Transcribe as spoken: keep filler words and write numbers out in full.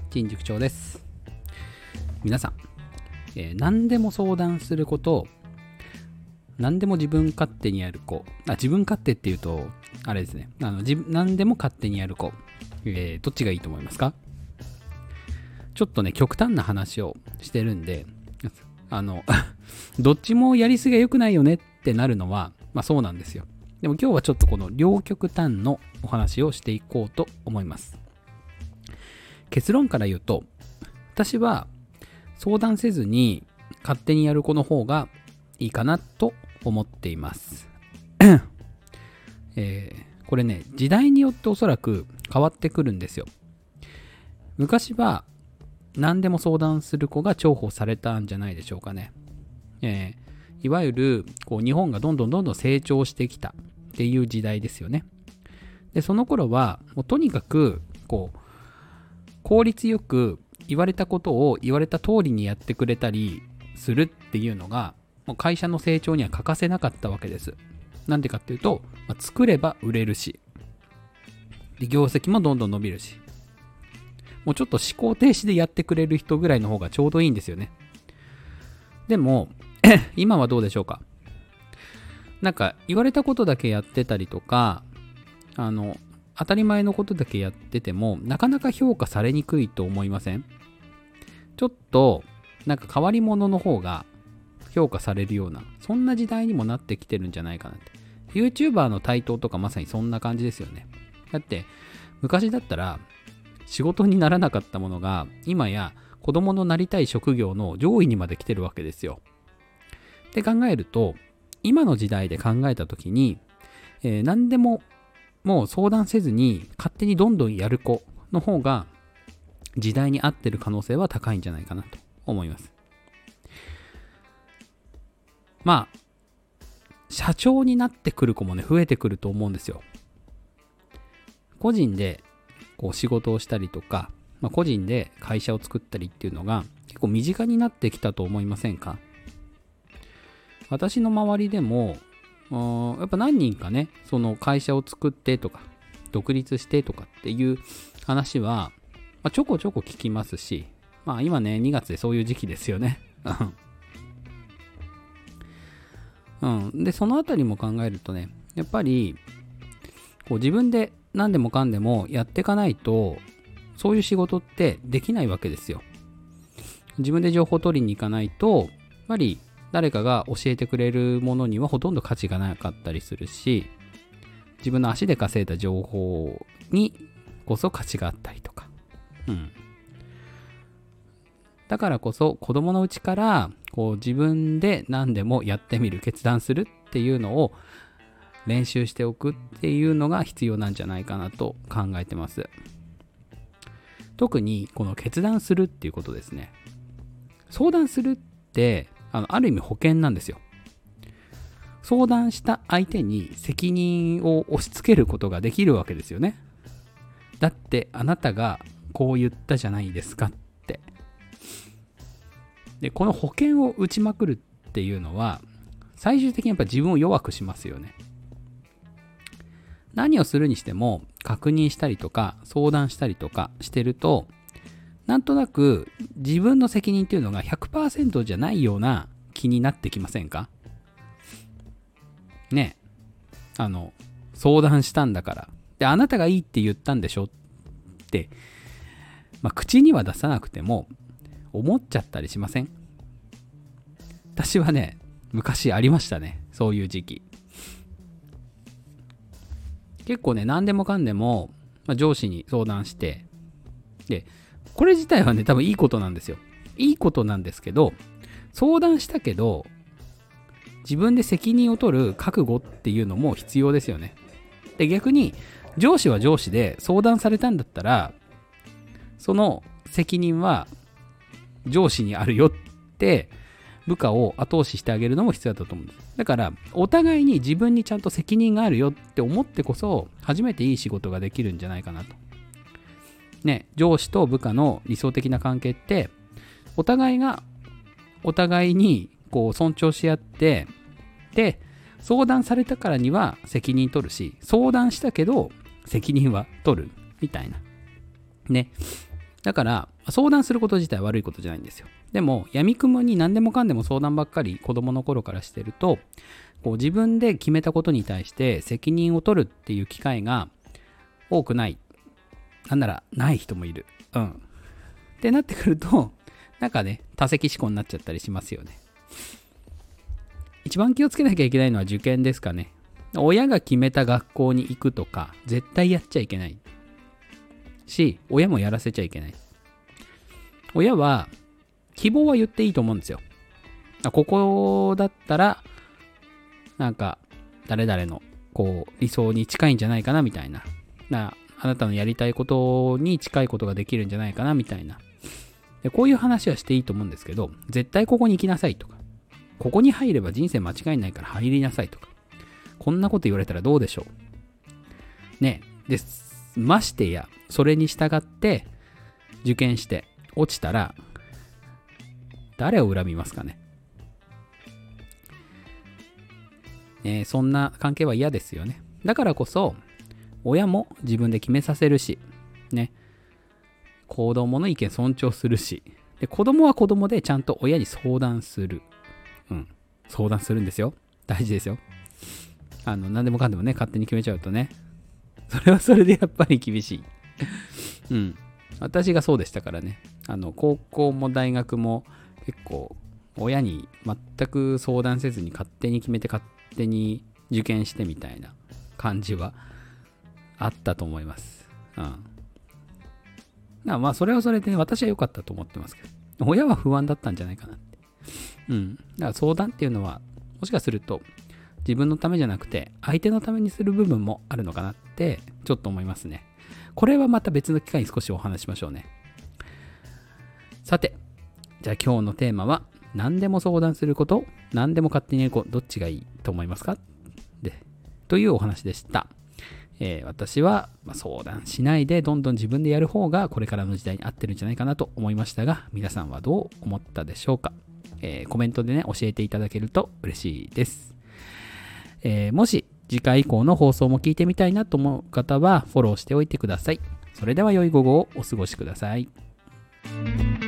陳塾長です。皆さん、えー、何でも相談する子と何でも自分勝手にやる子、あ自分勝手っていうとあれですね、あの自何でも勝手にやる子、えー、どっちがいいと思いますか？ちょっとね極端な話をしてるんで、あのどっちもやりすぎが良くないよねってなるのはまあそうなんですよ。でも今日はちょっとこの両極端のお話をしていこうと思います。結論から言うと、私は相談せずに勝手にやる子の方がいいかなと思っています、えー、これね時代によっておそらく変わってくるんですよ。昔は何でも相談する子が重宝されたんじゃないでしょうかね。えー、いわゆるこう日本がどんどんどんどん成長してきたっていう時代ですよね。でその頃はもうとにかくこう効率よく言われたことを言われた通りにやってくれたりするっていうのがもう会社の成長には欠かせなかったわけです。なんでかっていうと、まあ、作れば売れるしで業績もどんどん伸びるし、もうちょっと思考停止でやってくれる人ぐらいの方がちょうどいいんですよね。でも今はどうでしょうか。なんか言われたことだけやってたりとか、あの当たり前のことだけやっててもなかなか評価されにくいと思いません？ちょっとなんか変わり者の方が評価されるような、そんな時代にもなってきてるんじゃないかなって。 YouTuber の台頭とかまさにそんな感じですよね。だって昔だったら仕事にならなかったものが今や子供のなりたい職業の上位にまで来てるわけですよ。って考えると今の時代で考えた時に、えー、何でももう相談せずに勝手にどんどんやる子の方が時代に合ってる可能性は高いんじゃないかなと思います。まあ社長になってくる子もね増えてくると思うんですよ。個人でこう仕事をしたりとか、まあ、個人で会社を作ったりっていうのが結構身近になってきたと思いませんか？私の周りでもやっぱ何人かね、その会社を作ってとか独立してとかっていう話は、まあ、ちょこちょこ聞きますし、まあ今ねにがつでそういう時期ですよね。うん、でそのあたりも考えるとね、やっぱりこう自分で何でもかんでもやっていかないとそういう仕事ってできないわけですよ。自分で情報を取りに行かないとやっぱり誰かが教えてくれるものにはほとんど価値がなかったりするし、自分の足で稼いだ情報にこそ価値があったりとか、うん、だからこそ子供のうちからこう自分で何でもやってみる、決断するっていうのを練習しておくっていうのが必要なんじゃないかなと考えてます。特にこの決断するっていうことですね。相談するってあの、ある意味保険なんですよ。相談した相手に責任を押し付けることができるわけですよね。だってあなたがこう言ったじゃないですかって。で、この保険を打ちまくるっていうのは最終的にやっぱ自分を弱くしますよね。何をするにしても確認したりとか相談したりとかしてると、なんとなく自分の責任っていうのが ひゃくパーセント じゃないような気になってきませんか？ねえ、あの相談したんだからであなたがいいって言ったんでしょって、まあ、口には出さなくても思っちゃったりしません？私はね昔ありましたね、そういう時期。結構ね何でもかんでも、まあ、上司に相談して、でこれ自体はね多分いいことなんですよ。いいことなんですけど、相談したけど自分で責任を取る覚悟っていうのも必要ですよね。で逆に上司は上司で相談されたんだったらその責任は上司にあるよって部下を後押ししてあげるのも必要だと思うんです。だからお互いに自分にちゃんと責任があるよって思ってこそ初めていい仕事ができるんじゃないかなと。ね、上司と部下の理想的な関係ってお互いがお互いにこう尊重し合って、で相談されたからには責任取るし、相談したけど責任は取るみたいなね。 だから相談すること自体は悪いことじゃないんですよ。でも闇雲に何でもかんでも相談ばっかり子供の頃からしてると、こう自分で決めたことに対して責任を取るっていう機会が多くない。なんならない人もいる。うん。ってなってくると、なんかね、多責思考になっちゃったりしますよね。一番気をつけなきゃいけないのは受験ですかね。親が決めた学校に行くとか、絶対やっちゃいけないし、親もやらせちゃいけない。親は希望は言っていいと思うんですよ。ここだったらなんか誰々のこう理想に近いんじゃないかなみたいな、なあなたのやりたいことに近いことができるんじゃないかなみたいな。でこういう話はしていいと思うんですけど、絶対ここに行きなさいとか、ここに入れば人生間違いないから入りなさいとか、こんなこと言われたらどうでしょうね。でましてやそれに従って受験して落ちたら誰を恨みますかね。ね、そんな関係は嫌ですよね。だからこそ親も自分で決めさせるしね、子供の意見尊重するし、で子供は子供でちゃんと親に相談する。うん、相談するんですよ。大事ですよ。あの何でもかんでもね勝手に決めちゃうとね、それはそれでやっぱり厳しい。うん。私がそうでしたからね。あの高校も大学も結構親に全く相談せずに勝手に決めて勝手に受験してみたいな感じはあったと思います。うん。まあそれはそれで、ね、私は良かったと思ってますけど、親は不安だったんじゃないかなって。うん。だから相談っていうのはもしかすると自分のためじゃなくて相手のためにする部分もあるのかなってちょっと思いますね。これはまた別の機会に少しお話しましょうね。さて、じゃあ今日のテーマは何でも相談すること、何でも勝手にやること、どっちがいいと思いますかでというお話でした。えー、私は、まあ、相談しないでどんどん自分でやる方がこれからの時代に合ってるんじゃないかなと思いましたが、皆さんはどう思ったでしょうか。えー、コメントでね教えていただけると嬉しいです。えー、もし次回以降の放送も聞いてみたいなと思う方はフォローしておいてください。それでは良い午後をお過ごしください。